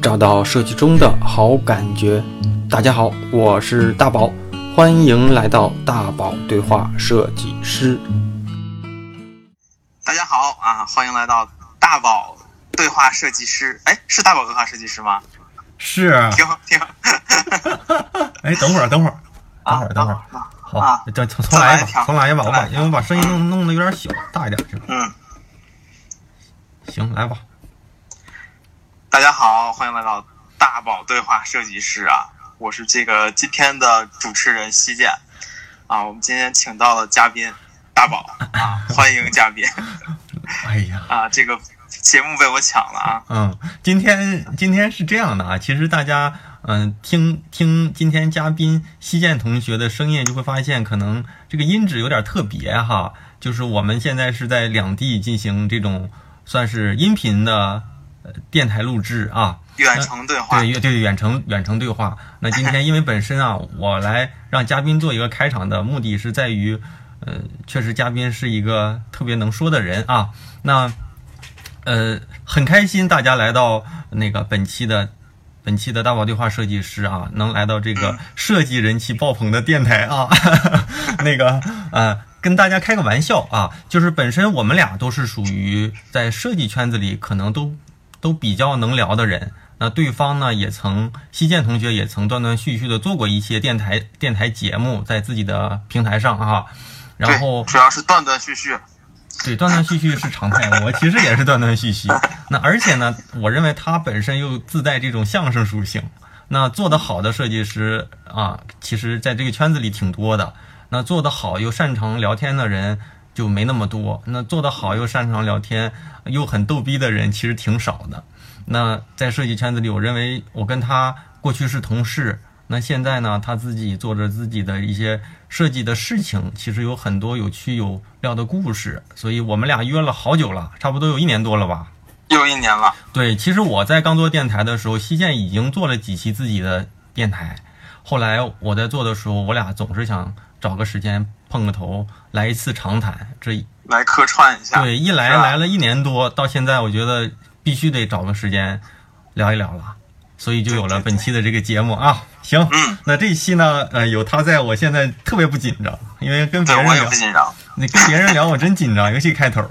找到设计中的好感觉。大家好，我是大宝，欢迎来到大宝对话设计师。 大家好啊，欢迎来到大宝对话设计师。哎，是大宝对话设计师吗？ 是。 挺。 哎，等会儿。好，重来吧，因为我把声音弄得有点小，大一点是吧？行，来吧。 大家好，欢迎来到大宝对话设计师啊，我是这个今天的主持人西建啊，我们今天请到了嘉宾大宝啊，欢迎嘉宾。 哎呀， 啊，这个节目被我抢了啊。 今天是这样的啊，其实大家听今天嘉宾西建同学的声音，就会发现可能这个音质有点特别哈，就是我们现在是在两地进行这种算是音频的电台录制啊， 远程对话。 对，远程对话。那今天因为本身啊，我来让嘉宾做一个开场的目的是在于，确实嘉宾是一个特别能说的人啊。那很开心大家来到那个本期的大宝对话设计师啊，能来到这个设计人气爆棚的电台啊，那个跟大家开个玩笑啊，就是本身我们俩都是属于在设计圈子里可能都比较能聊的人。那对方呢，西建同学也曾断断续续的做过一些电台节目，在自己的平台上啊。然后主要是断断续续。 对，断断续续是常态，我其实也是断断续续。那而且呢，我认为他本身又自带这种相声属性。那做得好的设计师啊，其实在这个圈子里挺多的。那做得好又擅长聊天的人就没那么多。那做得好又擅长聊天又很逗逼的人其实挺少的。那在设计圈子里，我认为我跟他过去是同事。那现在呢，他自己做着自己的一些设计的事情，其实有很多有趣有料的故事，所以我们俩约了好久了，差不多有1年多了吧。 又1年了。 对，其实我在刚做电台的时候，西建已经做了几期自己的电台，后来我在做的时候，我俩总是想找个时间碰个头，来一次长谈， 来客串一下。 对，来了1年多，到现在我觉得必须得找个时间聊一聊了，所以就有了本期的这个节目啊。行，那这一期呢，有他在，我现在特别不紧张，因为跟别人聊， 我也不紧张。 你跟别人聊我真紧张，尤其开头。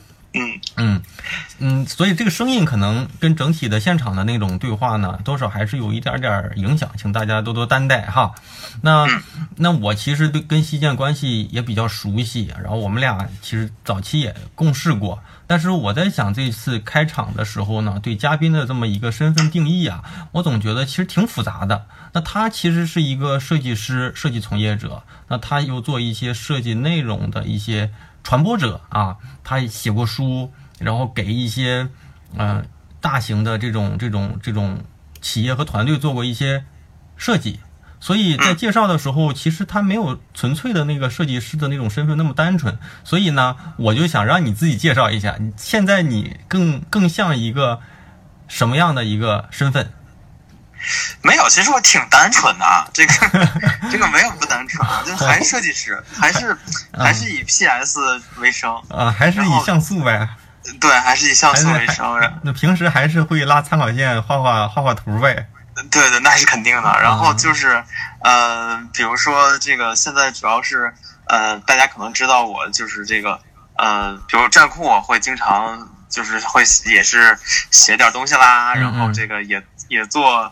所以这个声音可能跟整体的现场的那种对话呢，多少还是有一点点影响，请大家多多担待哈。那我其实跟西建关系也比较熟悉，然后我们俩其实早期也共事过。但是我在想这次开场的时候呢，对嘉宾的这么一个身份定义啊，我总觉得其实挺复杂的。那他其实是一个设计师、设计从业者，那他又做一些设计内容的一些传播者啊，他写过书，然后给一些大型的这种企业和团队做过一些设计。所以在介绍的时候，其实他没有纯粹的那个设计师的那种身份那么单纯。所以呢，我就想让你自己介绍一下，现在你更像一个什么样的一个身份？ 没有，其实我挺单纯的啊，这个没有不单纯啊，就还是设计师，还是以 PS 为生啊，还是以像素呗。 对，还是以像素为生。 那平时还是会拉参考线画图呗。 对，那是肯定的。然后就是比如说这个现在主要是大家可能知道我就是这个比如站酷我会经常就是会也是写点东西啦，然后这个也做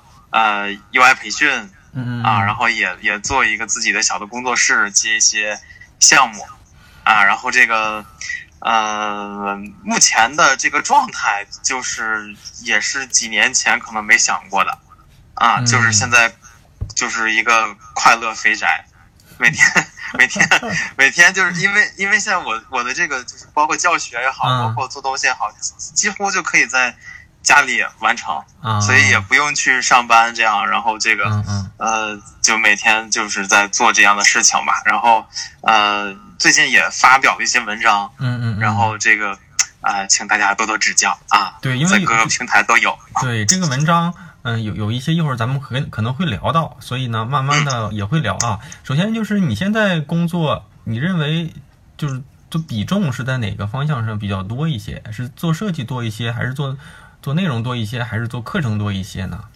UI 培训然后也做一个自己的小的工作室，接一些项目啊，然后这个目前的这个状态就是也是几年前可能没想过的啊，就是现在就是一个快乐肥宅，每天就是因为现在我的这个就是包括教学也好，包括做东西也好，几乎就可以在家里完成，所以也不用去上班这样，然后这个就每天就是在做这样的事情吧。然后最近也发表了一些文章，然后这个请大家多多指教啊。 对，因为在各个平台都有。 对，这个文章有一些一会儿咱们可能会聊到，所以呢慢慢的也会聊啊。首先就是你现在工作，你认为就比重是在哪个方向上比较多一些？是做设计多一些，还是做做内容多一些，还是做课程多一些呢？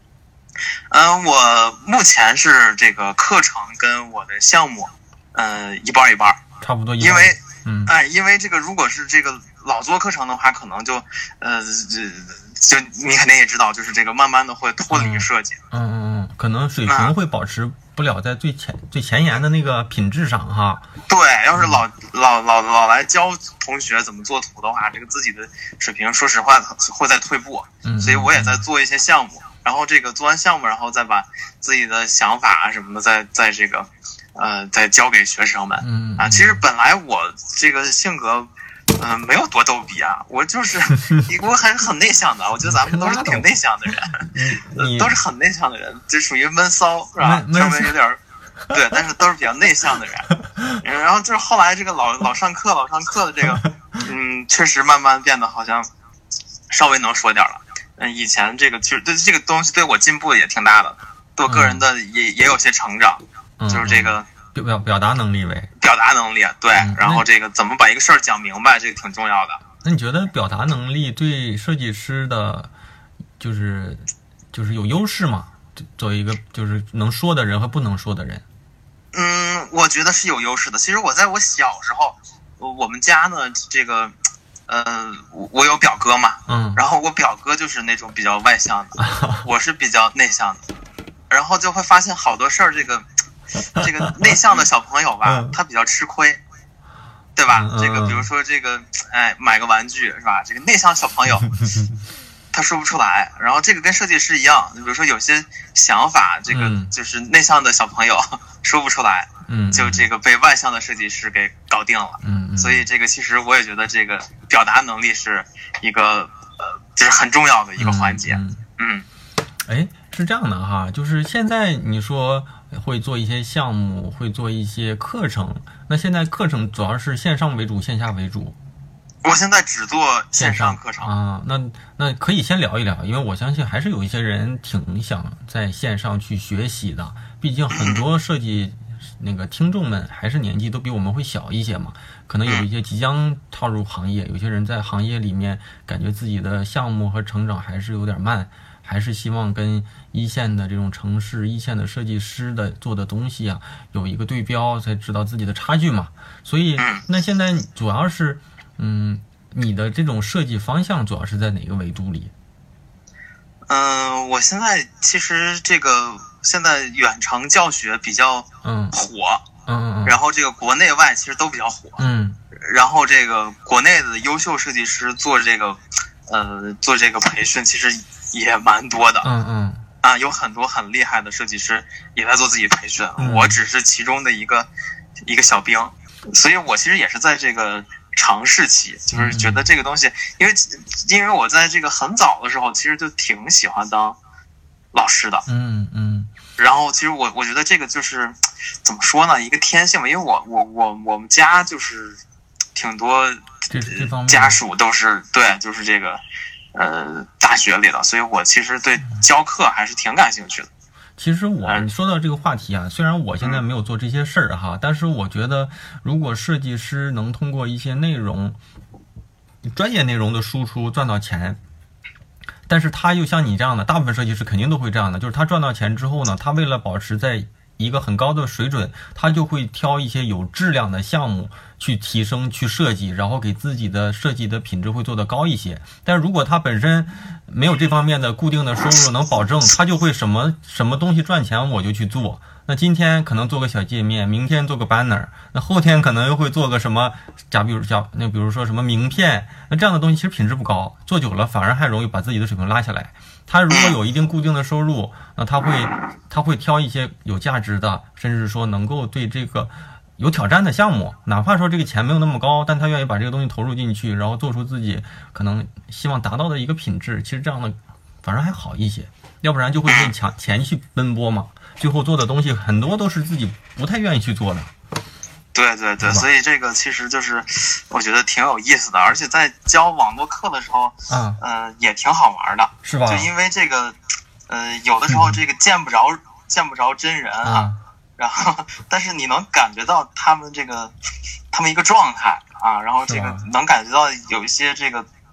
我目前是这个课程跟我的项目，一半一半， 差不多一半。 因为这个如果是这个老做课程的话，可能就就你肯定也知道，就是这个慢慢的会脱离设计。 可能水平会保持不了在最前沿的那个品质上哈。 对，要是老来教同学怎么做图的话，这个自己的水平说实话会在退步。所以我也在做一些项目，然后这个做完项目，然后再把自己的想法啊什么的在这个再教给学生们。其实本来我这个性格没有多逗比啊，我就是我还是很内向的，我觉得咱们都是挺内向的人，都是很内向的人，就属于闷骚是吧？稍微有点对，但是都是比较内向的人。然后就是后来这个老上课的这个，确实慢慢变得好像稍微能说点了。以前这个其实对这个东西对我进步也挺大的，对我个人的也有些成长，就是这个。 表达能力呗， 表达能力对，然后这个怎么把一个事儿讲明白，这个挺重要的。 那你觉得表达能力对设计师的，就是有优势吗？作为一个就是能说的人和不能说的人， 我觉得是有优势的。其实我在我小时候，我们家呢，这个，我有表哥嘛，然后我表哥就是那种比较外向的，我是比较内向的，然后就会发现好多事儿，这个内向的小朋友吧，他比较吃亏，对吧？这个比如说这个，买个玩具是吧？这个内向小朋友他说不出来，然后这个跟设计师一样，比如说有些想法，这个就是内向的小朋友说不出来，就这个被外向的设计师给搞定了。所以这个其实我也觉得这个表达能力是一个就是很重要的一个环节。 是这样的哈，就是现在你说会做一些项目，会做一些课程，那现在课程主要是线上为主，线下为主？ 我现在只做线上课程啊。那可以先聊一聊，因为我相信还是有一些人挺想在线上去学习的，毕竟很多设计那个听众们还是年纪都比我们会小一些嘛，可能有一些即将踏入行业，有些人在行业里面感觉自己的项目和成长还是有点慢，还是希望跟一线的这种城市、一线的设计师的做的东西啊有一个对标，才知道自己的差距嘛。所以那现在主要是你的这种设计方向主要是在哪个维度里？ 我现在其实这个现在远程教学比较火，然后这个国内外其实都比较火，然后这个国内的优秀设计师做这个培训其实也蛮多的，有很多很厉害的设计师也在做自己培训，我只是其中的一个小兵，所以我其实也是在这个尝试期，就是觉得这个东西，因为我在这个很早的时候其实就挺喜欢当老师的，然后其实我觉得这个就是怎么说呢，一个天性嘛，因为我们家就是挺多家属都是对，就是这个大学里的，所以我其实对教课还是挺感兴趣的。 其实你说到这个话题啊，虽然我现在没有做这些事儿哈，但是我觉得如果设计师能通过一些内容，专业内容的输出赚到钱，但是他又像你这样的，大部分设计师肯定都会这样的，就是他赚到钱之后呢，他为了保持在一个很高的水准，他就会挑一些有质量的项目去提升去设计，然后给自己的设计的品质会做得高一些。但如果他本身没有这方面的固定的收入能保证，他就会什么东西赚钱我就去做。那今天可能做个小界面，明天做个 banner， 那后天可能又会做个什么比如说什么名片，那这样的东西其实品质不高，做久了反而还容易把自己的水平拉下来。他如果有一定固定的收入，那他会挑一些有价值的，甚至说能够对这个有挑战的项目，哪怕说这个钱没有那么高，但他愿意把这个东西投入进去，然后做出自己可能希望达到的一个品质，其实这样的反而还好一些，要不然就会为钱去奔波嘛，最后做的东西很多都是自己不太愿意去做的。 对，所以这个其实就是我觉得挺有意思的，而且在教网络课的时候，也挺好玩的， 是吧？ 就因为这个，有的时候这个见不着真人啊，然后但是你能感觉到他们一个状态啊，然后这个能感觉到有一些这个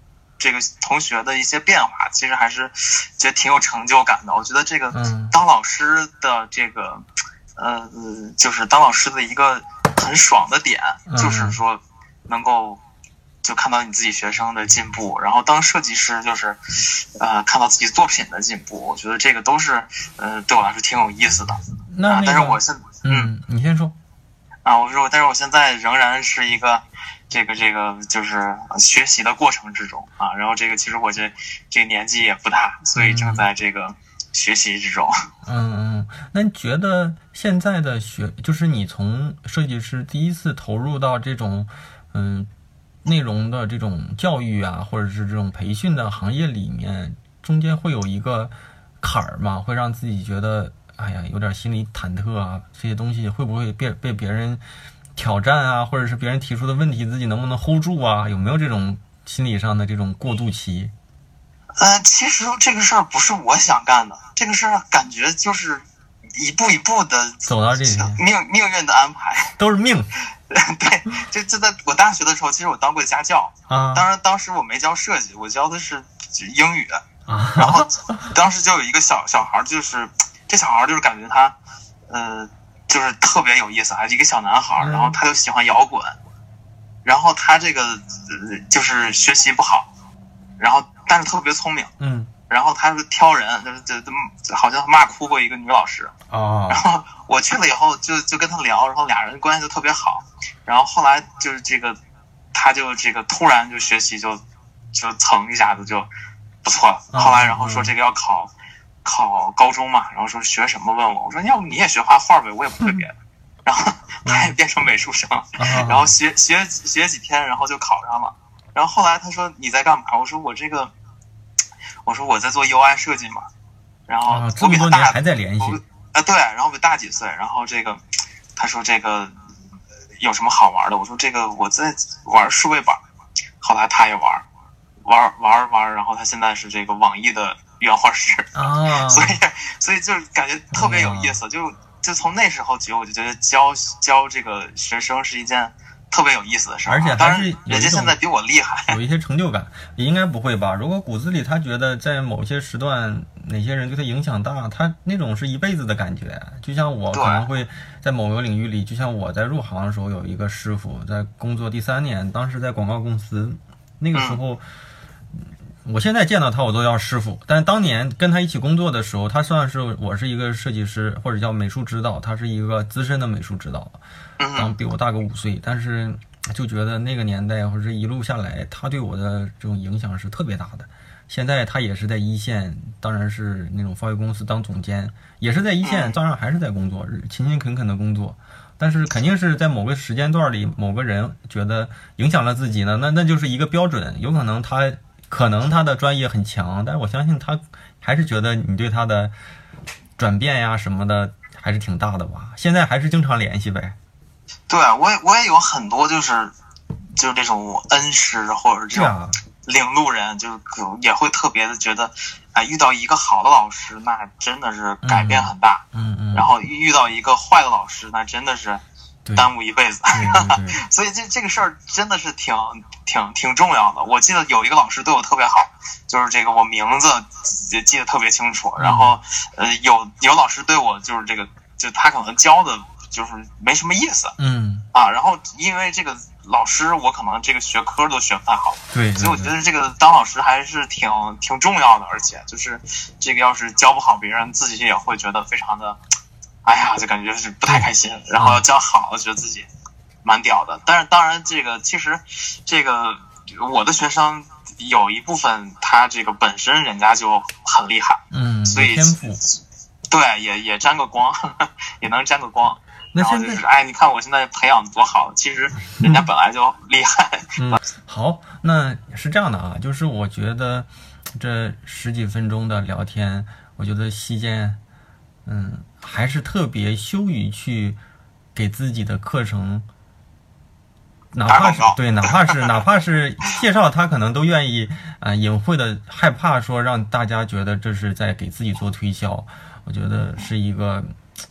这个同学的一些变化，其实还是觉得挺有成就感的。我觉得这个当老师的这个就是当老师的一个很爽的点，就是说能够就看到你自己学生的进步，然后当设计师就是看到自己作品的进步，我觉得这个都是对我来说挺有意思的。但是我现你先说。 我说，但是我现在仍然是一个这个就是学习的过程之中啊。然后这个其实我这个年纪也不大，所以正在这个学习之中。 那你觉得现在的就是你从设计师第一次投入到这种内容的这种教育啊，或者是这种培训的行业里面，中间会有一个坎儿吗？会让自己觉得哎呀，有点心理忐忑啊，这些东西会不会被别人挑战啊，或者是别人提出的问题，自己能不能 hold 住啊？有没有这种心理上的这种过渡期？ 其实这个事儿不是我想干的，这个事儿感觉就是一步一步的走到这里， 命运的安排都是命。 对，就在我大学的时候，其实我当过家教啊， 当然当时我没教设计，我教的是英语然后当时就有一个小孩，就是这小孩就是感觉他就是特别有意思，还是一个小男孩，然后他就喜欢摇滚，然后他这个就是学习不好，然后但是特别聪明，然后他是挑人，就好像骂哭过一个女老师然后我去了以后就跟他聊，然后俩人关系就特别好，然后后来就是这个他就这个突然就学习就蹭一下子就不错了，后来然后说这个要考高中嘛，然后说学什么问我说要不你也学画画呗，我也不会别的，然后他也变成美术生，然后学几天，然后就考上了，然后后来他说你在干嘛？我说我在做 UI 设计嘛，然后我比他大还在联系对，然后比大几岁，然后这个他说这个有什么好玩的？我说这个我在玩数位板，后来他也玩，然后他现在是这个网易的原画师所以就感觉特别有意思，就从那时候起我就觉得教这个学生是一件特别有意思的事儿， 而且当然人家现在比我厉害， 有一些成就感，也应该不会吧？如果骨子里他觉得在某些时段哪些人对他影响大，他那种是一辈子的感觉。就像我可能会在某个领域里，就像我在入行的时候有一个师傅，在工作第3年，当时在广告公司，那个时候我现在见到他我都叫师傅，但当年跟他一起工作的时候，他算是我是一个设计师或者叫美术指导，他是一个资深的美术指导，比我大个5岁，但是就觉得那个年代或者一路下来，他对我的这种影响是特别大的。现在他也是在一线，当然是那种贸易公司当总监，也是在一线，当然还是在工作，勤勤恳恳的工作。但是肯定是在某个时间段里，某个人觉得影响了自己呢，那就是一个标准。有可能他的专业很强，但是我相信他还是觉得你对他的转变呀什么的还是挺大的吧。现在还是经常联系呗。 对，我也有很多就是这种恩师或者这种领路人，就是也会特别的觉得，遇到一个好的老师，那真的是改变很大。然后遇到一个坏的老师，那真的是耽误一辈子。所以这个事儿真的是挺重要的。我记得有一个老师对我特别好，就是这个我名字也记得特别清楚。然后有老师对我就是这个，就他可能教的就是没什么意思。然后因为这个老师我可能这个学科都学不太好，所以我觉得这个当老师还是挺重要的，而且就是这个要是教不好别人，自己也会觉得非常的就感觉是不太开心，然后教好了觉得自己蛮屌的。但是当然这个其实这个我的学生有一部分他这个本身人家就很厉害，所以天赋对也沾个光也能沾个光。 然后就是你看我现在培养多好，其实人家本来就厉害。 好，那是这样的啊，就是我觉得这10几分钟的聊天，我觉得西建还是特别羞于去给自己的课程，哪怕是介绍，他可能都愿意隐晦的害怕说让大家觉得这是在给自己做推销。我觉得是一个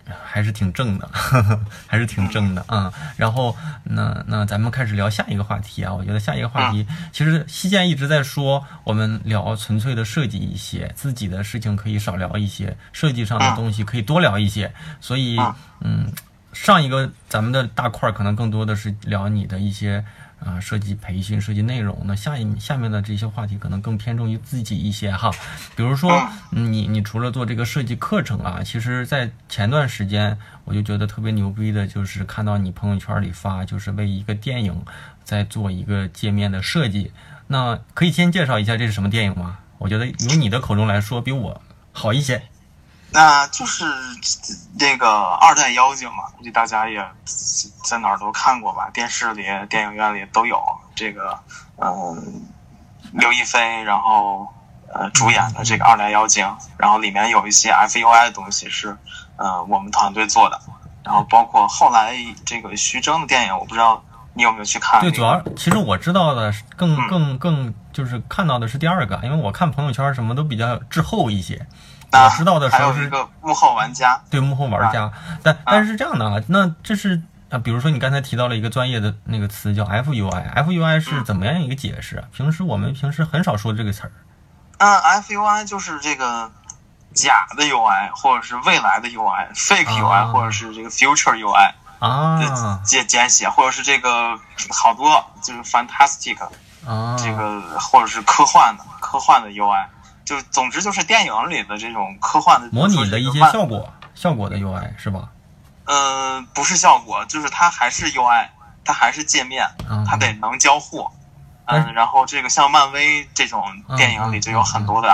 还是挺正的，还是挺正的啊。然后那咱们开始聊下一个话题啊。我觉得下一个话题，其实西建一直在说，我们聊纯粹的设计一些，自己的事情可以少聊一些，设计上的东西可以多聊一些。所以上一个咱们的大块可能更多的是聊你的一些设计培训、设计内容。那下面的这些话题可能更偏重于自己一些哈。比如说你除了做这个设计课程啊，其实在前段时间我就觉得特别牛逼的，就是看到你朋友圈里发，就是为一个电影在做一个界面的设计。那可以先介绍一下这是什么电影吗？我觉得由你的口中来说比我好一些。 那就是那个二代妖精嘛，估计大家也在哪儿都看过吧，电视里、电影院里都有这个，刘亦菲，然后主演的这个二代妖精，然后里面有一些 FUI 的东西是我们团队做的，然后包括后来这个徐峥的电影，我不知道你有没有去看、那个。 对，主要其实我知道的更就是看到的是第二个，因为我看朋友圈什么都比较滞后一些。我知道的时候还有一个幕后玩家， 对，幕后玩家，但是这样的啊，那这是比如说你刚才提到了一个专业的那个词叫 FUI 是怎么样一个解释？我们平时很少说这个词儿。 FUI 就是这个假的 UI， 或者是未来的 UI、fake UI， 或者是这个 future UI 的简写，或者是这个好多就是 fantastic 这个或者是科幻的 UI。就总之就是电影里的这种科幻的模拟的一些效果的 UI 是吧？ 不是效果，就是它还是 UI， 它还是界面，它得能交互。然后这个像漫威这种电影里就有很多的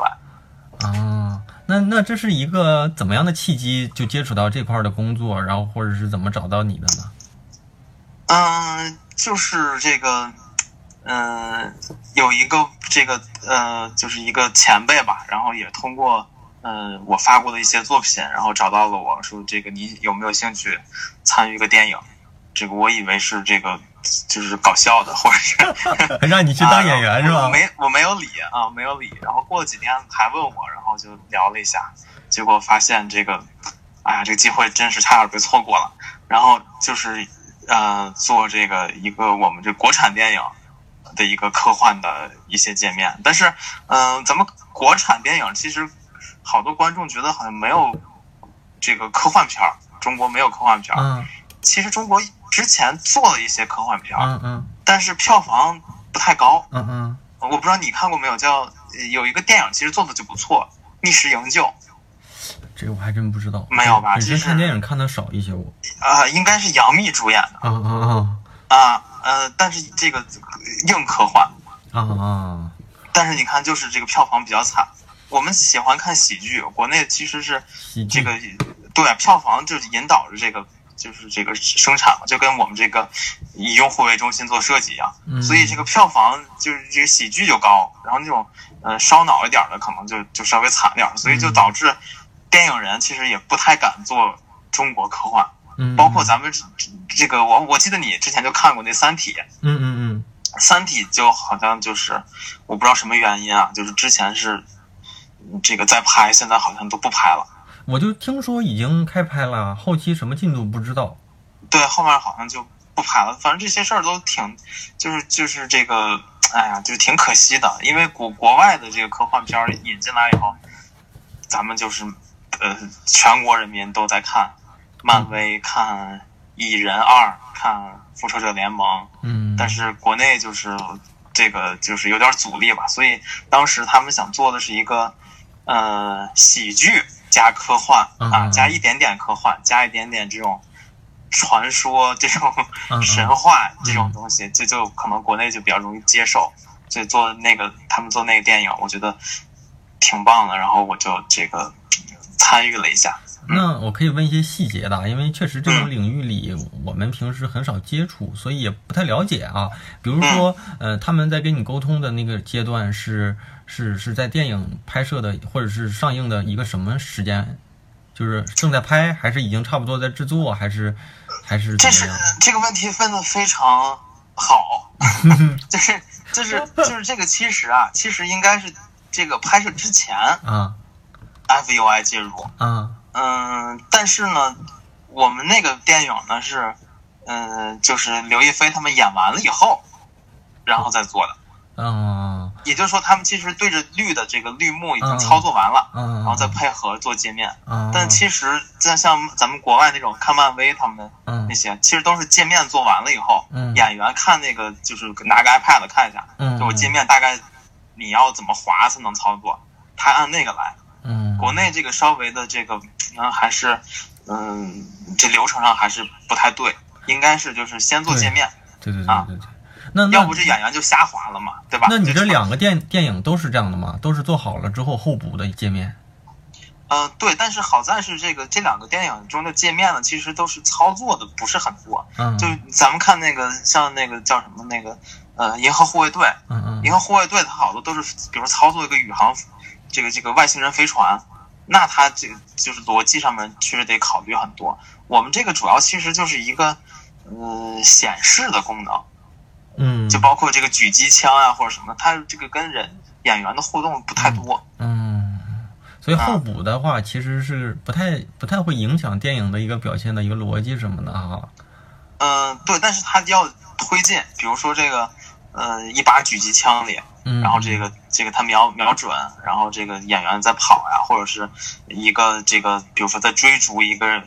FUI。 那这是一个怎么样的契机就接触到这块的工作，然后或者是怎么找到你的呢？就是这个。有一个这个就是一个前辈吧，然后也通过我发过的一些作品，然后找到了我说这个你有没有兴趣参与一个电影？这个我以为是这个就是搞笑的，或者是让你去当演员是吧？ 我没有理，然后过了几天还问我，然后就聊了一下，结果发现这个这个机会真是差点被错过了。然后就是做这个一个我们这国产电影的一个科幻的一些界面，但是咱们国产电影其实好多观众觉得好像没有这个科幻片，中国没有科幻片。其实中国之前做了一些科幻片，但是票房不太高。我不知道你看过没有，有一个电影其实做的就不错，《逆时营救》。 这个我还真不知道。 没有吧？ 本身看电影看的少一些，我应该是杨幂主演的。但是这个硬科幻但是你看就是这个票房比较惨。我们喜欢看喜剧，国内其实是这个对票房就是引导着这个就是这个生产嘛，就跟我们这个以用户为中心做设计一样。所以这个票房就是这个喜剧就高，然后那种烧脑一点的可能就稍微惨点，所以就导致电影人其实也不太敢做中国科幻。包括咱们这个我记得你之前就看过那三体。三体就好像就是我不知道什么原因啊，就是之前是这个在拍，现在好像都不拍了。 我就听说已经开拍了，后期什么进度不知道。 对，后面好像就不拍了。反正这些事儿都挺就是这个就挺可惜的，因为国外的这个科幻片引进来以后，咱们就是全国人民都在看漫威，看蚁人2，看复仇者联盟。但是国内就是这个就是有点阻力吧，所以当时他们想做的是一个喜剧加科幻加一点点科幻，加一点点这种传说、这种神话这种东西，就可能国内就比较容易接受。所以他们做那个电影，我觉得挺棒的，然后我就这个参与了一下。 那我可以问一些细节的，因为确实这种领域里我们平时很少接触，所以也不太了解啊。比如说他们在跟你沟通的那个阶段是在电影拍摄的或者是上映的一个什么时间？就是正在拍，还是已经差不多在制作，还是怎么样？ 这个问题问得非常好。就是这个其实应该是这个拍摄之前FUI 介入但是呢，我们那个电影呢是，就是刘亦菲他们演完了以后，然后再做的。也就是说，他们其实对着绿的这个绿幕已经操作完了，然后再配合做界面。但其实像咱们国外那种看漫威他们那些，其实都是界面做完了以后，演员看那个就是拿个 iPad 看一下，就我界面大概你要怎么滑才能操作，他按那个来。国内这个稍微的这个还是这流程上还是不太对，应该是就是先做界面。 对。 那要不这演员就瞎滑了嘛，对吧？ 那你这两个电影都是这样的吗？都是做好了之后后补的界面？ 对，但是好在是这两个电影中的界面呢，其实都是操作的不是很多。就咱们看那个像那个叫什么那个银河护卫队，银河护卫队它好多都是比如操作一个宇航这个外星人飞船，那它这个就是逻辑上面确实得考虑很多。我们这个主要其实就是一个显示的功能。就包括这个狙击枪啊或者什么，它这个跟演员的互动不太多。 所以后补的话，其实是不太会影响电影的一个表现的一个逻辑什么的哈。 对，但是它要推进，比如说这个一把狙击枪里，然后这个它瞄准，然后这个演员在跑呀，或者是一个这个比如说在追逐一个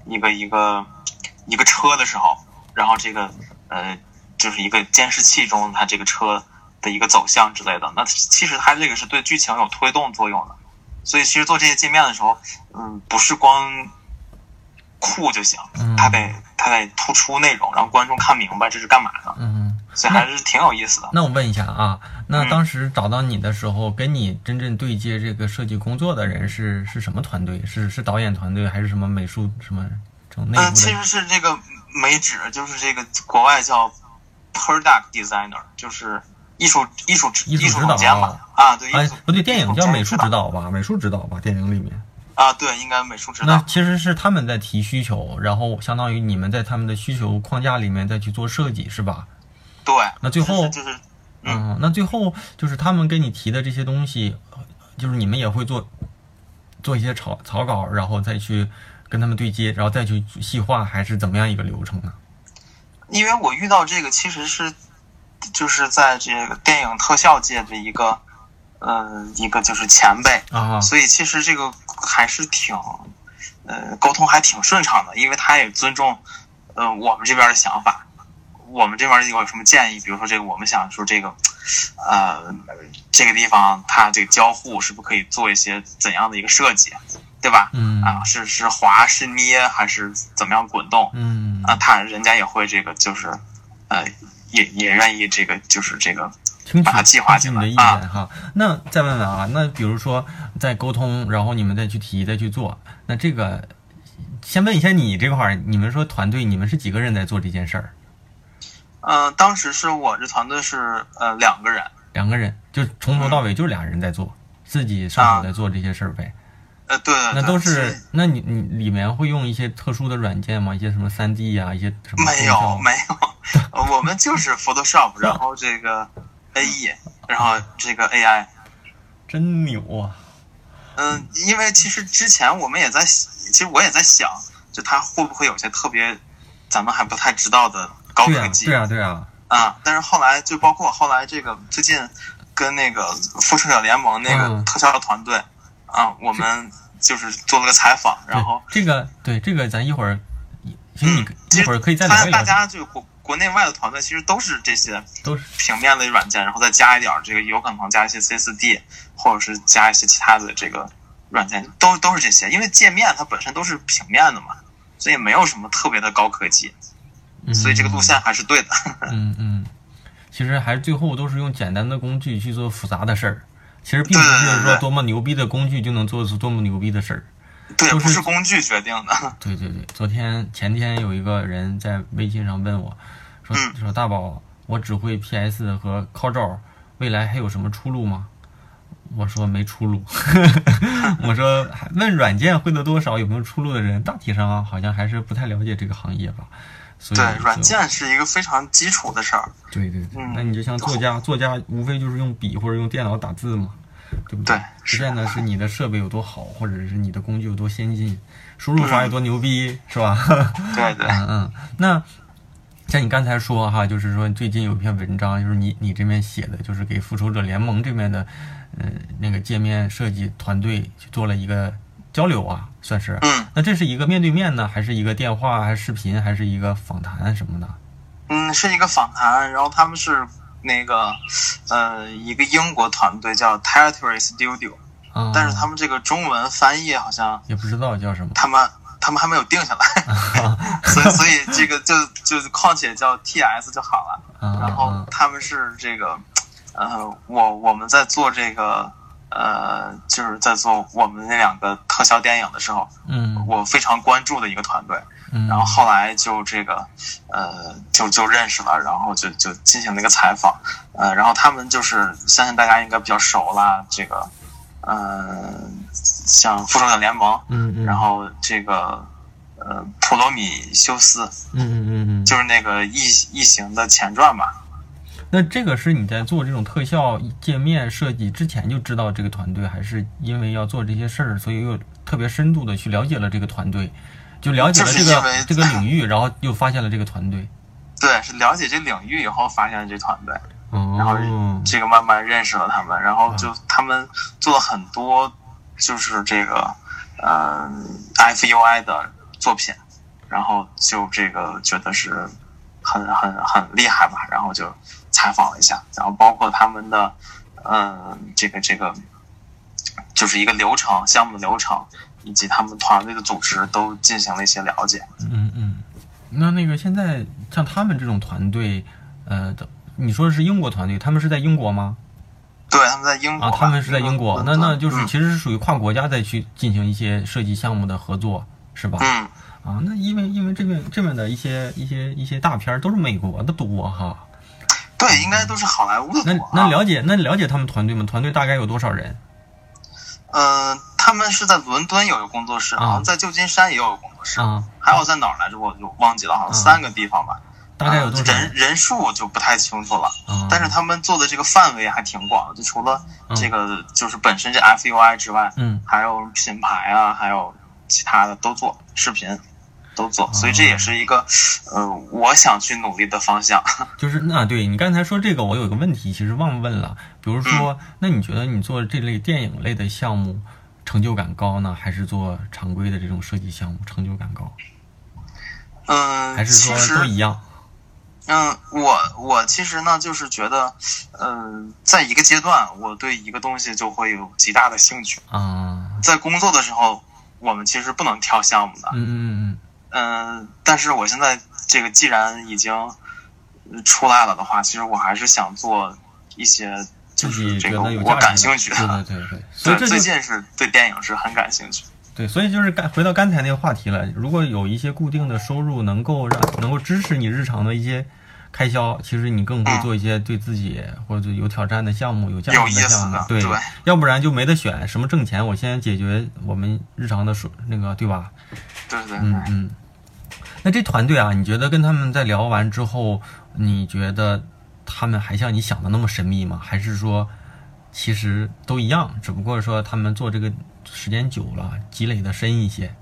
车的时候，然后这个就是一个监视器中它这个车的一个走向之类的，那其实它这个是对剧情有推动作用的。所以其实做这些界面的时候，不是光酷就行，它得突出内容，让观众看明白这是干嘛的。所以还是挺有意思的。 那我问一下啊，那当时找到你的时候，跟你真正对接这个设计工作的人是什么团队？是导演团队还是什么美术什么这种内部的？ 其实是这个美指，就是这个国外叫 product designer， 就是艺术总监嘛。对， 不对，电影叫美术指导吧？美术指导吧，电影里面。 对，应该美术指导。 那其实是他们在提需求，然后相当于你们在他们的需求框架里面再去做设计，是吧？ 对。 那最后就是那最后就是他们给你提的这些东西，就是你们也会做一些草稿，然后再去跟他们对接，然后再去细化，还是怎么样一个流程呢？ 因为我遇到这个其实是就是在这个电影特效界的一个就是前辈所以其实这个还是挺沟通还挺顺畅的，因为他也尊重我们这边的想法。我们这边有什么建议，比如说这个我们想说这个这个地方它这个交互是不是可以做一些怎样的一个设计，对吧？是滑是捏还是怎么样滚动？人家也会这个就是也愿意这个就是这个把它计划进来的意见哈。那再问问啊，那比如说在沟通，然后你们再去提再去做，那这个先问一下你这块，你们说团队你们是几个人在做这件事儿？ 当时是我这团队是2个人。 2个人就从头到尾就2人在做，自己上手在做这些事儿呗。 对， 那都是。那你里面会用一些特殊的软件吗？一些什么3D 啊，一些什么？ 没有，我们就是 Photoshop， 然后这个 AE， 然后这个 AI。 真牛啊！ 因为其实之前我也在想，就它会不会有些特别咱们还不太知道的高科技？ 对啊。 但是后来就包括后来这个最近跟那个复仇者联盟那个特效团队我们就是做了个采访，然后这个咱一会儿，请你一会儿可以再聊一聊。 大家就国内外的团队其实都是这些，都是平面的软件，然后再加一点这个有可能加一些 C4D， 或者是加一些其他的这个软件，都是这些，因为界面它本身都是平面的嘛，所以没有什么特别的高科技。所以这个路线还是对的。 其实还是最后都是用简单的工具去做复杂的事儿。其实并不是说多么牛逼的工具就能做出多么牛逼的事儿。 对，不是工具决定的。 对。前天有一个人在微信上问我，说大宝，我只会 PS 和 CorelDRAW， 未来还有什么出路吗？我说没出路。我说问软件会得多少有没有出路的人，大体上好像还是不太了解这个行业吧。 对，软件是一个非常基础的事儿。 对，那你就像作家无非就是用笔或者用电脑打字嘛。 对不对？ 对， 实现的是你的设备有多好，或者是你的工具有多先进，输入法有多牛逼，是吧？ 对对， 那像你刚才说哈，就是说最近有一篇文章，就是你这边写的，就是给复仇者联盟这边的，那个界面设计团队去做了一个交流啊，算是。那这是一个面对面呢，还是一个电话，还是视频，还是一个访谈什么的？ 是一个访谈，然后他们是那个一个英国团队叫 Territory Studio，但是他们这个中文翻译好像也不知道叫什么， 他们还没有定下来，所以这个就况且叫 TS 就好了。然后他们是这个我们在做这个就是在做我们那2个特效电影的时候，我非常关注的一个团队。然后后来就这个就认识了，然后就进行了一个采访，然后他们就是相信大家应该比较熟啦，这个像复仇者联盟，然后这个普罗米修斯，就是那个异形的前传吧。 那这个是你在做这种特效界面设计之前就知道这个团队，还是因为要做这些事儿，所以又特别深度的去了解了这个团队？就了解了这个领域，然后又发现了这个团队。 对，是了解这领域以后发现了这团队，然后这个慢慢认识了他们，然后就他们做了很多就是这个FUI 的作品，然后就这个觉得是很厉害吧，然后就采访了一下，然后包括他们的这个就是一个流程，项目的流程。以及他们团队的组织都进行了一些了解。 那个现在像他们这种团队，你说的是英国团队，他们是在英国吗？ 对，他们在英国。 他们是在英国，那就是其实是属于跨国家再去进行一些设计项目的合作，是吧？那因为这边的一些大片都是美国的多哈。 对，应该都是好莱坞的多。 那了解他们团队吗？团队大概有多少人？ 他们是在伦敦有一个工作室，好像在旧金山也有个工作室，还有在哪儿来着我就忘记了，好像3个地方吧。 大概有多少人数就不太清楚了，但是他们做的这个范围还挺广的，就除了这个就是本身这 FUI 之外，还有品牌啊，还有其他的都做，视频都做，所以这也是一个我想去努力的方向。 就是对你刚才说这个，我有一个问题其实忘问了，比如说那你觉得你做这类电影类的项目成就感高呢，还是做常规的这种设计项目成就感高？还是说都一样？ 我其实呢就是觉得在一个阶段我对一个东西就会有极大的兴趣在工作的时候我们其实不能挑项目的，但是我现在这个既然已经出来了的话，其实我还是想做一些就是这个我感兴趣的。 对，所以最近是对电影是很感兴趣。 对，所以就是回到刚才那个话题了，如果有一些固定的收入能够支持你日常的一些开销，其实你更会做一些对自己或者有挑战的项目，有价值的项目。对，要不然就没得选，什么挣钱，我先解决我们日常的那个，对吧？ 对。 那这团队啊，你觉得跟他们在聊完之后，你觉得他们还像你想的那么神秘吗？还是说其实都一样，只不过说他们做这个时间久了，积累的深一些？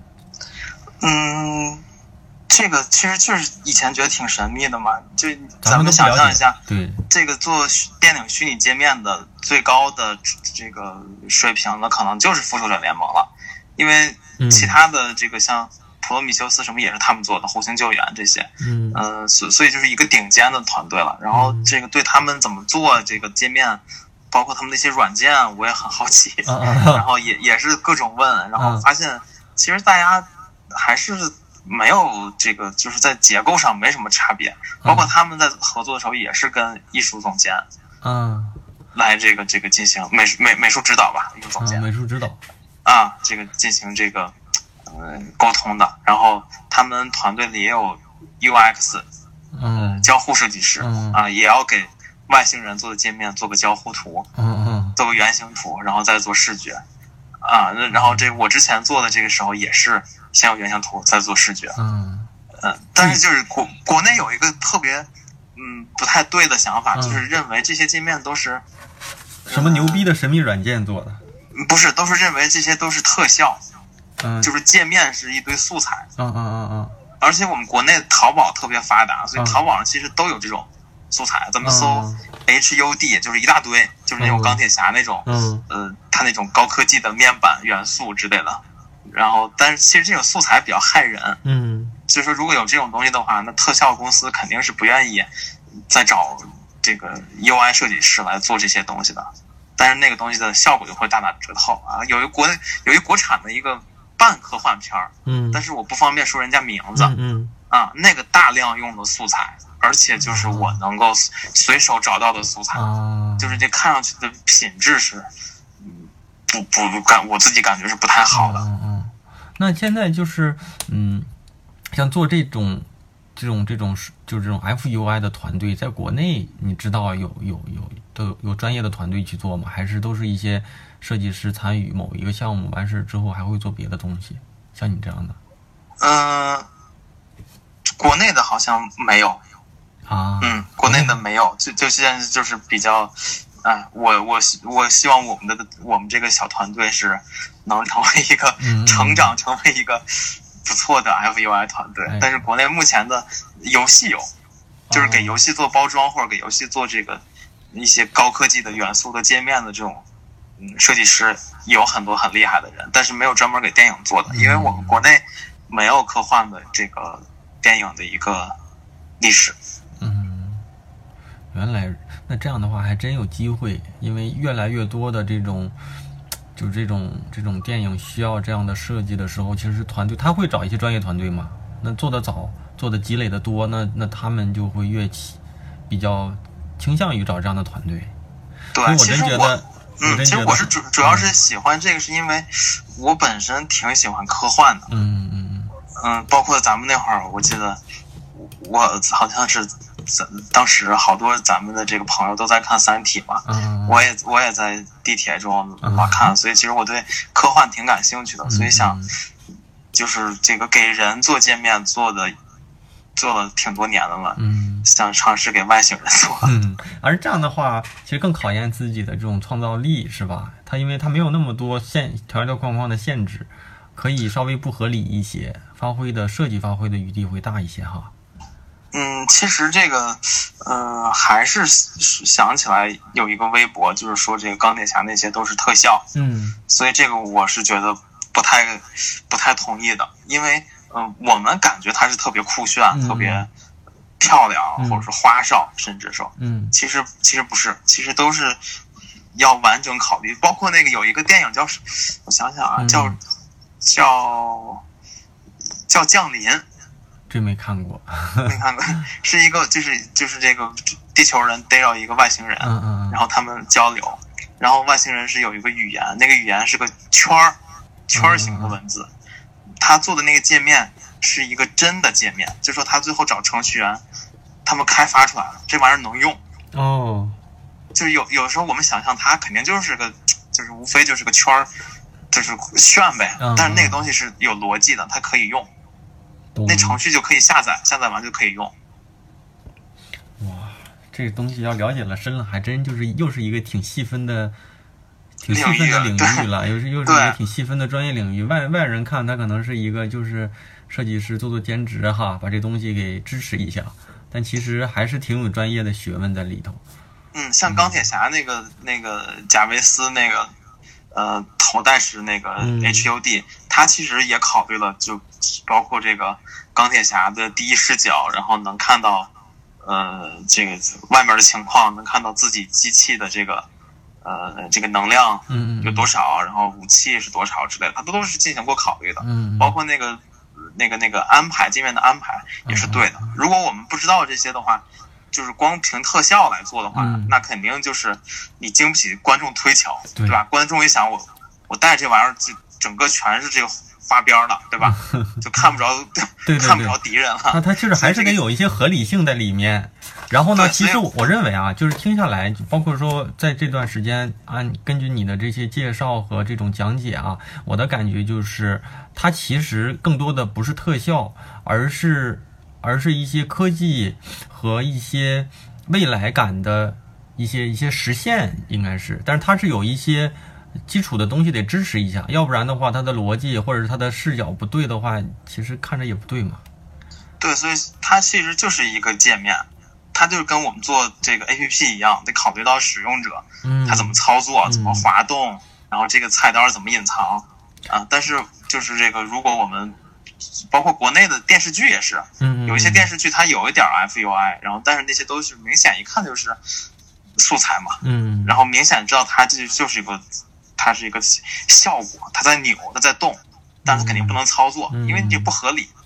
这个其实就是以前觉得挺神秘的嘛，就咱们想象一下， 对， 这个做电影虚拟界面的最高的这个水平呢，可能就是复仇者联盟了，因为其他的这个像普罗米修斯什么也是他们做的，火星救援这些，所以就是一个顶尖的团队了。然后这个对他们怎么做这个界面，包括他们的一些软件，我也很好奇，然后也是各种问，然后发现其实大家还是没有这个，就是在结构上没什么差别，包括他们在合作的时候也是跟艺术总监，来这个进行美术指导吧，艺术总监， 美术指导这个进行这个沟通的。然后他们团队里也有 UX，交互设计师也要给外星人做的界面做个交互图，做个原型图，然后再做视觉然后这我之前做的这个时候也是先有原型图再做视觉，但是就是国内有一个特别不太对的想法，就是认为这些界面都是什么牛逼的神秘软件做的？ 不是，都是认为这些都是特效， 嗯， 就是界面是一堆素材。 嗯， 而且我们国内淘宝特别发达，所以淘宝上其实都有这种素材。咱们搜 HUD 就是一大堆，就是那种钢铁侠那种，它那种高科技的面板元素之类的。然后，但是其实这种素材比较害人，所以说如果有这种东西的话，那特效公司肯定是不愿意再找这个 UI 设计师来做这些东西的。但是那个东西的效果就会大打折扣啊！有一国产的一个半科幻片儿，但是我不方便说人家名字，那个大量用的素材，而且就是我能够随手找到的素材，就是这看上去的品质是，我自己感觉是不太好的。 那现在就是，像做这种就是这种 FUI 的团队，在国内你知道有专业的团队去做吗？还是都是一些设计师参与某一个项目，完事之后还会做别的东西？像你这样的？ 国内的好像没有啊。 国内的没有，就现在就是比较，我希望我们这个小团队是能成为一个成长，成为一个不错的 FUI 团队。但是国内目前的游戏有，就是给游戏做包装或者给游戏做这个一些高科技的元素的界面的这种设计师有很多很厉害的人，但是没有专门给电影做的，因为我们国内没有科幻的这个电影的一个历史。 原来那这样的话还真有机会，因为越来越多的这种电影需要这样的设计的时候，其实团队他会找一些专业团队嘛，那做得早，做的积累的多，那他们就会比较倾向于找这样的团队。 对， 我真觉得， 其实我是主要是喜欢这个，是因为我本身挺喜欢科幻的。包括咱们那会儿，我记得我好像是当时好多咱们的这个朋友都在看《三体》嘛，我也在地铁中老看，所以其实我对科幻挺感兴趣的，所以想就是这个给人做界面做了挺多年的了，想尝试给外星人做。 而这样的话，其实更考验自己的这种创造力，是吧？因为它没有那么多条条框框的限制，可以稍微不合理一些，设计发挥的余地会大一些哈。 其实这个，还是想起来有一个微博，就是说这个钢铁侠那些都是特效，所以这个我是觉得不太同意的，因为我们感觉它是特别酷炫，特别漂亮，或者是花哨，甚至说，其实不是，其实都是要完整考虑，包括那个有一个电影叫，我想想啊，叫降临。 真没看过， 是一个就是这个地球人逮着一个外星人，然后他们交流，然后外星人是有一个语言，那个语言是个圈形的文字，他做的那个界面是一个真的界面，就说他最后找程序员，他们开发出来了，这玩意儿能用就是有时候我们想象它肯定就是无非就是个圈，就是炫呗，但是那个东西是有逻辑的，它可以用。那程序就可以下载完就可以用。 哇，这个东西要了解了深了，还真就是又是一个挺细分的领域了，又是一个挺细分的专业领域。外人看他可能是一个就是设计师做兼职哈，把这东西给支持一下，但其实还是挺有专业的学问在里头。 像钢铁侠那个贾维斯那个头戴式那个 HUD，他其实也考虑了，就包括这个钢铁侠的第一视角，然后能看到这个外面的情况，能看到自己机器的这个能量有多少，然后武器是多少之类的，他都是进行过考虑的。包括那个安排界面的安排也是对的。如果我们不知道这些的话，就是光凭特效来做的话，那肯定就是你经不起观众推敲，对吧？观众一想，我带这玩意儿，整个全是这个花边了，对吧？就看不着，看不着敌人了。 那它其实还是得有一些合理性在里面。然后呢，其实我认为啊，就是听下来，包括说在这段时间根据你的这些介绍和这种讲解啊，我的感觉就是，它其实更多的不是特效，而是一些科技和一些未来感的一些实现应该是，但是它是有一些基础的东西得支持一下，要不然的话它的逻辑或者是它的视角不对的话，其实看着也不对嘛。 对，所以它其实就是一个界面，它就是跟我们做这个 APP 一样，得考虑到使用者，他怎么操作，怎么滑动，然后这个菜单怎么隐藏啊。但是就是这个，如果我们包括国内的电视剧也是，有一些电视剧它有一点 FUI， 然后但是那些都是明显一看就是素材嘛，然后明显知道它这就是它是一个效果，它在扭，它在动，但它肯定不能操作，因为你不合理。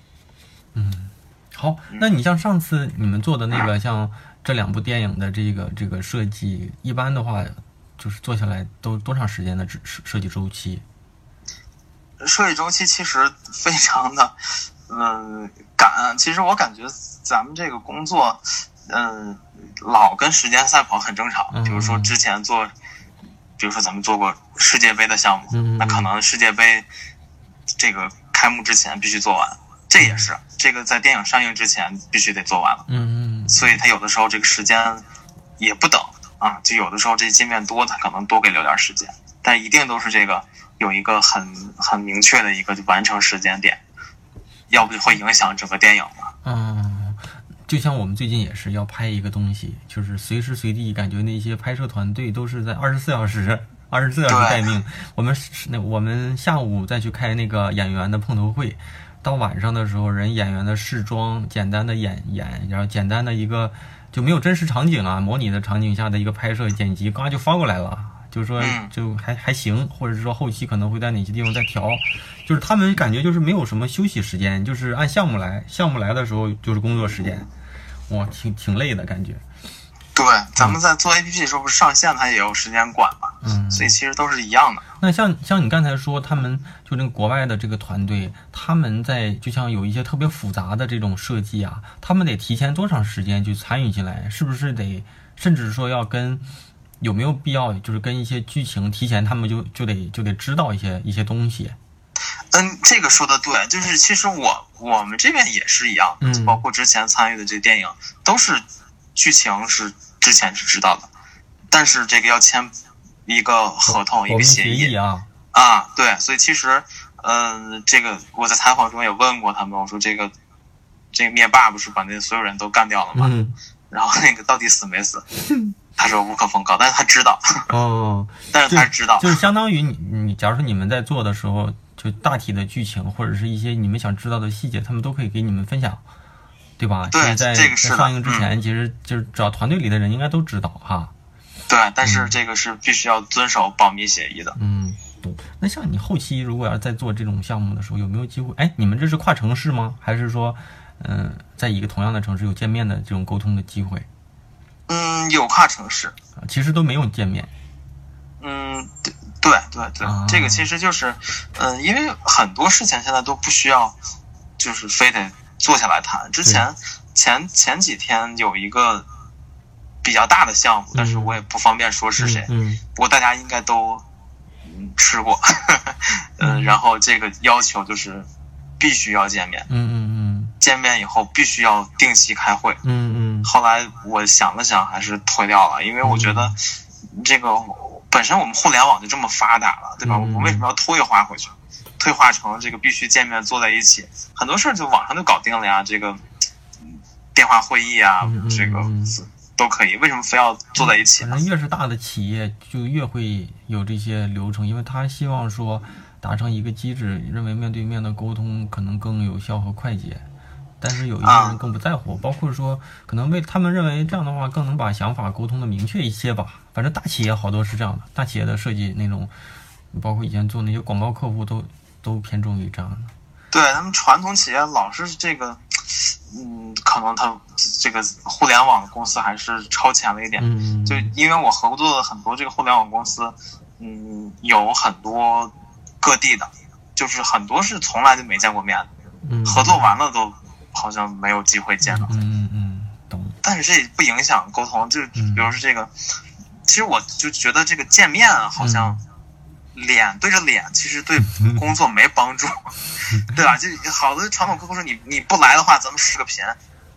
好，那你像上次你们做的那个，像这2部电影的这个设计，一般的话就是做下来都多长时间的设计周期？ 设计周期其实非常的赶。其实我感觉咱们这个工作老跟时间赛跑很正常。比如说之前比如说咱们做过世界杯的项目，那可能世界杯这个开幕之前必须做完，这也是这个在电影上映之前必须得做完了。所以他有的时候这个时间也不等啊，就有的时候这界面多，他可能多给留点时间，但一定都是这个有一个很明确的一个完成时间点，要不就会影响整个电影嘛。 就像我们最近也是要拍一个东西，就是随时随地感觉那些拍摄团队都是在24小时待命。我们下午再去开那个演员的碰头会，到晚上的时候演员的试妆，简单的演，然后简单的一个就没有真实场景啊，模拟的场景下的一个拍摄剪辑，刚就发过来了。就是说就还行，或者是说后期可能会在哪些地方再调，就是他们感觉就是没有什么休息时间，就是按项目来，项目来的时候就是工作时间，哇，挺累的感觉。 对，咱们在做 APP 的时候不是上线它也有时间管嘛，所以其实都是一样的。 那像你刚才说他们就那个国外的这个团队，他们在就像有一些特别复杂的这种设计啊，他们得提前多长时间去参与进来？是不是得甚至说要跟有没有必要就是跟一些剧情提前他们就得知道一些东西？ 这个说的对，就是其实我们这边也是一样，包括之前参与的这电影都是剧情是之前是知道的，但是这个要签一个合同，一个协议啊， 对，所以其实这个我在采访中也问过他们，我说这个灭霸不是把那所有人都干掉了吗？然后那个到底死没死？他说无可奉告，但是他知道。但是他知道， 就是相当于你假如说你们在做的时候，就大体的剧情或者是一些你们想知道的细节，他们都可以给你们分享，对吧？ 对， 在这个是上映之前，其实就是只要团队里的人应该都知道哈。 对，但是这个是必须要遵守保密协议的。 那像你后期如果要再做这种项目的时候，有没有机会？你们这是跨城市吗？还是说，在一个同样的城市有见面的这种沟通的机会？ 有跨城市， 其实都没有见面。 对，这个其实就是，因为很多事情现在都不需要，就是非得坐下来谈。之前前几天有一个比较大的项目，但是我也不方便说是谁，不过大家应该都吃过，然后这个要求就是必须要见面，见面以后必须要定期开会，后来我想了想还是推掉了，因为我觉得这个本身我们互联网就这么发达了，对吧？我们为什么要退化回去？退化成这个必须见面坐在一起，很多事儿就网上就搞定了呀，这个电话会议啊，这个都可以，为什么非要坐在一起呢？ 反正越是大的企业就越会有这些流程，因为他希望说达成一个机制，认为面对面的沟通可能更有效和快捷。但是有一些人更不在乎，包括说可能他们认为这样的话更能把想法沟通的明确一些吧。反正大企业好多是这样的，大企业的设计那种，包括以前做那些广告客户都偏重于这样的。 对，他们传统企业老是这个，可能他这个互联网公司还是超前了一点。就因为我合作的很多这个互联网公司，有很多各地的，就是很多是从来就没见过面的，合作完了都好像没有机会见到。 懂。 但是这也不影响沟通，就比如说这个，其实我就觉得这个见面好像脸对着脸，其实对工作没帮助，对吧？就好多传统客户说你不来的话，咱们视个频，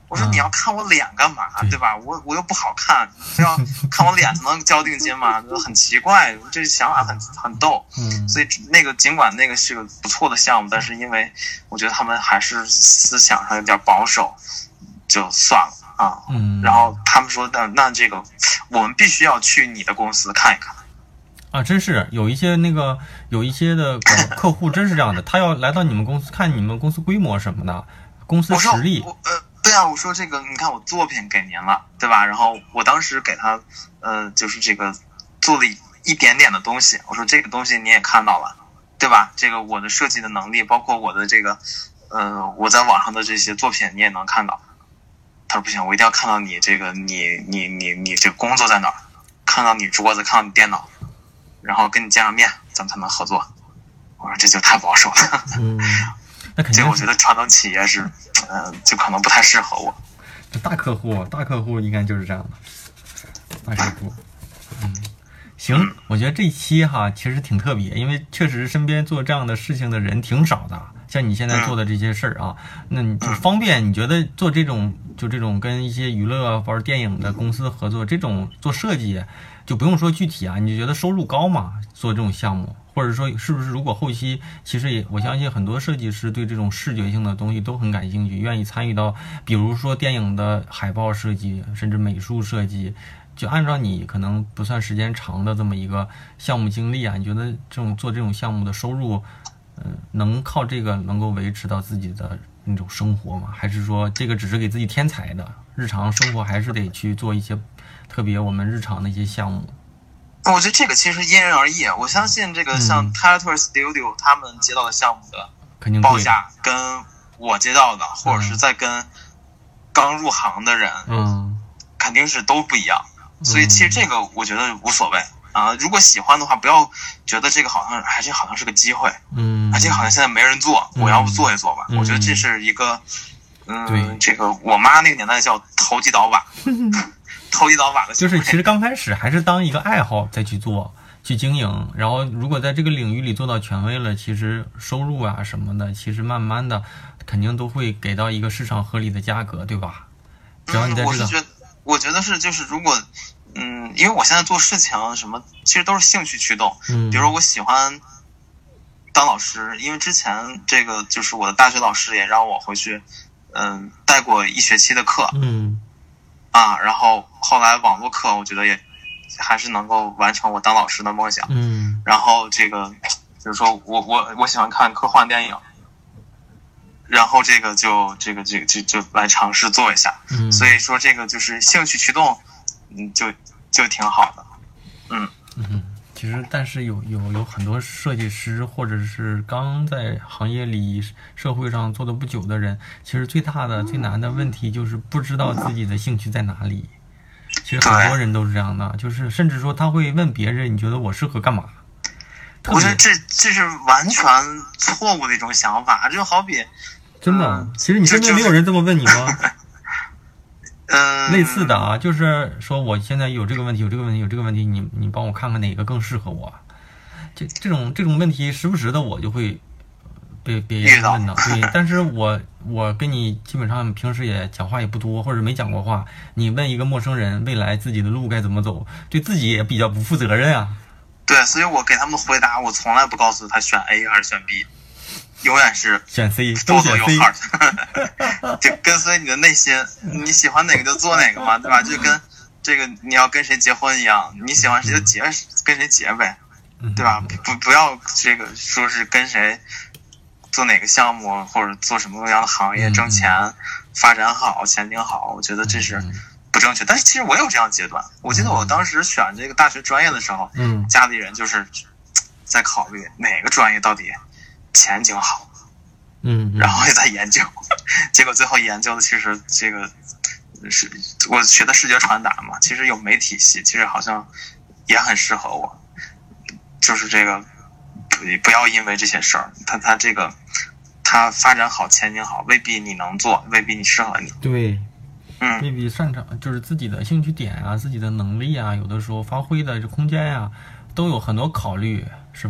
我说你要看我脸干嘛，对吧？我又不好看，非要看我脸才能交定金吗？很奇怪，这想法很逗。所以那个尽管那个是个不错的项目，但是因为我觉得他们还是思想上有点保守，就算了啊。然后他们说那这个我们必须要去你的公司看一看。 啊，真是有一些的客户真是这样的，他要来到你们公司看你们公司规模什么的，公司实力。 对啊，我说这个，你看我作品给您了，对吧？然后我当时给他，就是这个做了一点点的东西，我说这个东西你也看到了，对吧？这个我的设计的能力，包括我的这个，我在网上的这些作品你也能看到。他说不行，我一定要看到你这个，你这个工作在哪儿，看到你桌子，看到你电脑。然后跟你见上面，咱们才能合作。我说这就太保守了。 那肯定。 这我觉得传统企业是，就可能不太适合我。 这大客户应该就是这样的。大客户，行，我觉得这一期哈其实挺特别，因为确实身边做这样的事情的人挺少的。像你现在做的这些事儿啊，那你就方便。你觉得做这种跟一些娱乐或者电影的公司合作，这种做设计。就不用说具体啊，你就觉得收入高嘛？做这种项目，或者说是不是如果后期，其实我相信很多设计师对这种视觉性的东西都很感兴趣，愿意参与到，比如说电影的海报设计，甚至美术设计。就按照你可能不算时间长的这么一个项目经历啊，你觉得做这种项目的收入，能靠这个能够维持到自己的那种生活吗？还是说这个只是给自己添财的，日常生活还是得去做一些？特别我们日常的一些项目， 我觉得这个其实因人而异。我相信这个像 Tattoo Studio 他们接到的项目的报价，跟我接到的，或者是在跟刚入行的人，肯定是都不一样。所以其实这个我觉得无所谓啊。如果喜欢的话，不要觉得这个好像是个机会，这个好像现在没人做，我要不做一做吧。我觉得这是一个，这个我妈那个年代叫投机倒把。投机倒把的， 就是其实刚开始还是当一个爱好再去做去经营，然后如果在这个领域里做到权威了，其实收入啊什么的，其实慢慢的肯定都会给到一个市场合理的价格，对吧？只要你在这个， 我觉得是就是如果因为我现在做事情什么其实都是兴趣驱动，比如说我喜欢当老师，因为之前这个就是我的大学老师也让我回去带过1学期的课，然后后来网络课我觉得也还是能够完成我当老师的梦想。然后这个比如说我喜欢看科幻电影，然后这个就来尝试做一下。所以说这个就是兴趣驱动，就挺好的。 其实但是有很多设计师或者是刚在行业里社会上做的不久的人，其实最难的问题就是不知道自己的兴趣在哪里。其实很多人都是这样的，就是甚至说他会问别人，你觉得我适合干嘛？ 我觉得这是完全错误的一种想法，就好比真的，其实你身边没有人这么问你吗？类似的啊，就是说我现在有这个问题，你帮我看看哪个更适合我。这种问题时不时的我就会被别人问的，对。但是我跟你基本上平时也讲话也不多，或者没讲过话，你问一个陌生人未来自己的路该怎么走，对自己也比较不负责任啊。 对，所以我给他们的回答，我从来不告诉他选 A 还是选 B。永远是选 C， 都选 C， 就跟随你的内心，你喜欢哪个就做哪个嘛，对吧？就跟这个你要跟谁结婚一样，你喜欢谁就跟谁结呗，对吧？不要这个说是跟谁做哪个项目或者做什么样的行业挣钱发展好前景好，我觉得这是不正确。但是其实我有这样的阶段，我记得我当时选这个大学专业的时候，家里人就是在考虑哪个专业到底前景好，然后也在研究，结果最后研究的其实这个是我学的视觉传达嘛，其实有媒体系，其实好像也很适合我，就是这个不要因为这些事儿，他这个他发展好前景好，未必你能做，未必你适合你， 对，未必擅长，就是自己的兴趣点啊，自己的能力啊，有的时候发挥的这空间啊，都有很多考虑，是吧？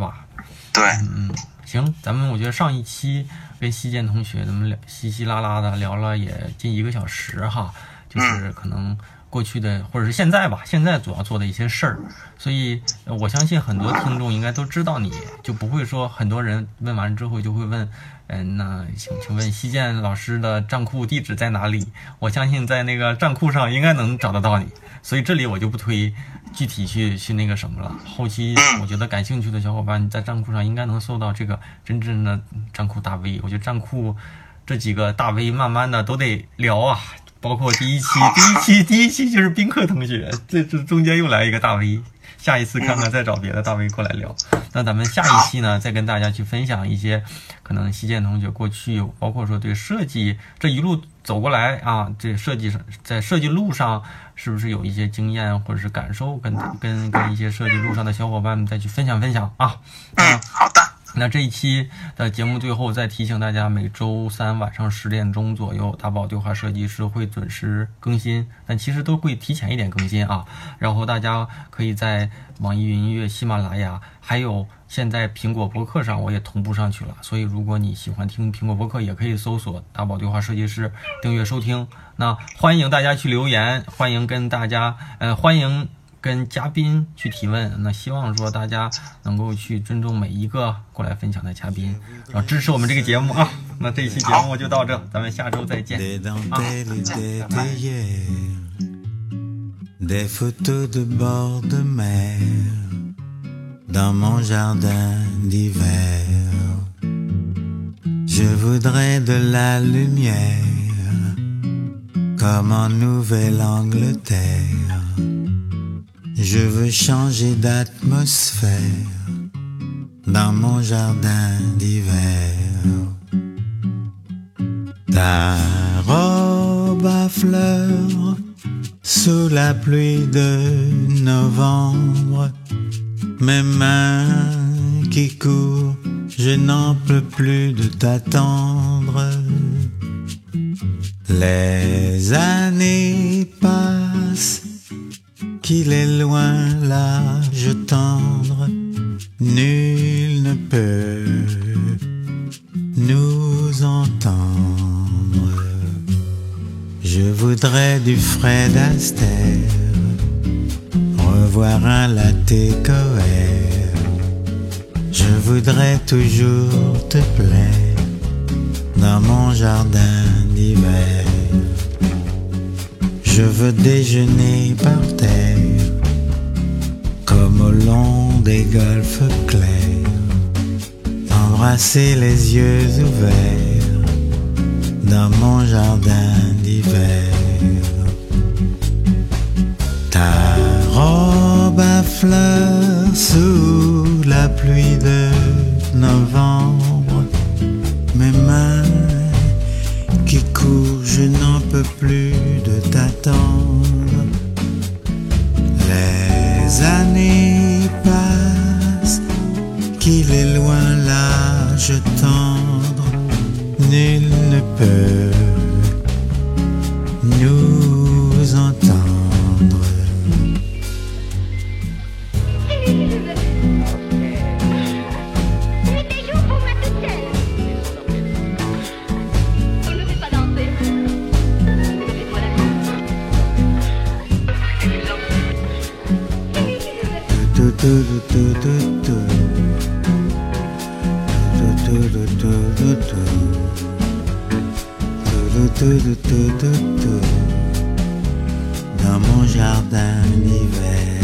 对， 行，我觉得上一期跟西建同学咱们稀稀拉拉的聊了也近1个小时哈，就是可能过去的或者是现在吧，现在主要做的一些事儿，所以我相信很多听众应该都知道你，就不会说很多人问完之后就会问，那请问西建老师的账户地址在哪里？我相信在那个账户上应该能找得到你，所以这里我就不推具体去那个什么了。后期我觉得感兴趣的小伙伴在账户上应该能搜到这个真正的账户大 V， 我觉得账户这几个大 V 慢慢的都得聊啊。包括第一期就是宾客同学，这中间又来一个大 V， 下一次看看再找别的大 V 过来聊。那咱们下一期呢，再跟大家去分享一些可能西建同学过去，包括说对设计这一路走过来啊，这设计上在设计路上是不是有一些经验或者是感受，跟一些设计路上的小伙伴们再去分享啊。 好的。 那这一期的节目最后再提醒大家，每周3晚上10点钟左右，大宝对话设计师会准时更新，但其实都会提前一点更新啊。然后大家可以在网易云音乐、喜马拉雅，还有现在苹果播客上我也同步上去了，所以如果你喜欢听苹果播客，也可以搜索大宝对话设计师订阅收听。那欢迎大家去留言，欢迎跟嘉宾去提问，那希望说大家能够去尊重每一个过来分享的嘉宾，然后支持我们这个节目啊。那这一期节目就到这，咱们下周再见啊。 Des photos de bord de mer dans mon jardin d'hiver. Je voudrais de la lumière comme en Nouvelle-Angleterre.Je veux changer d'atmosphère dans mon jardin d'hiver. Ta robe à fleurs sous la pluie de novembre, mes mains qui courent, je n'en peux plus de t'attendre. Les années passent.Qu'il est loin l'âge tendre, nul ne peut nous entendre. Je voudrais du Fred Astaire, revoir un latte coère. Je voudrais toujours te plaire dans mon jardin d'hiver.Je veux déjeuner par terre, comme au long des golfes clairs, embrasser les yeux ouverts dans mon jardin d'hiver. Ta robe à fleurs sous la pluie de novembre, mes mains qui court, je n'en peux plus de t'attendre. Les années passent, qu'il est loin l'âge tendre, nul ne peut nous entendre. Dans mon jardin d'hiver.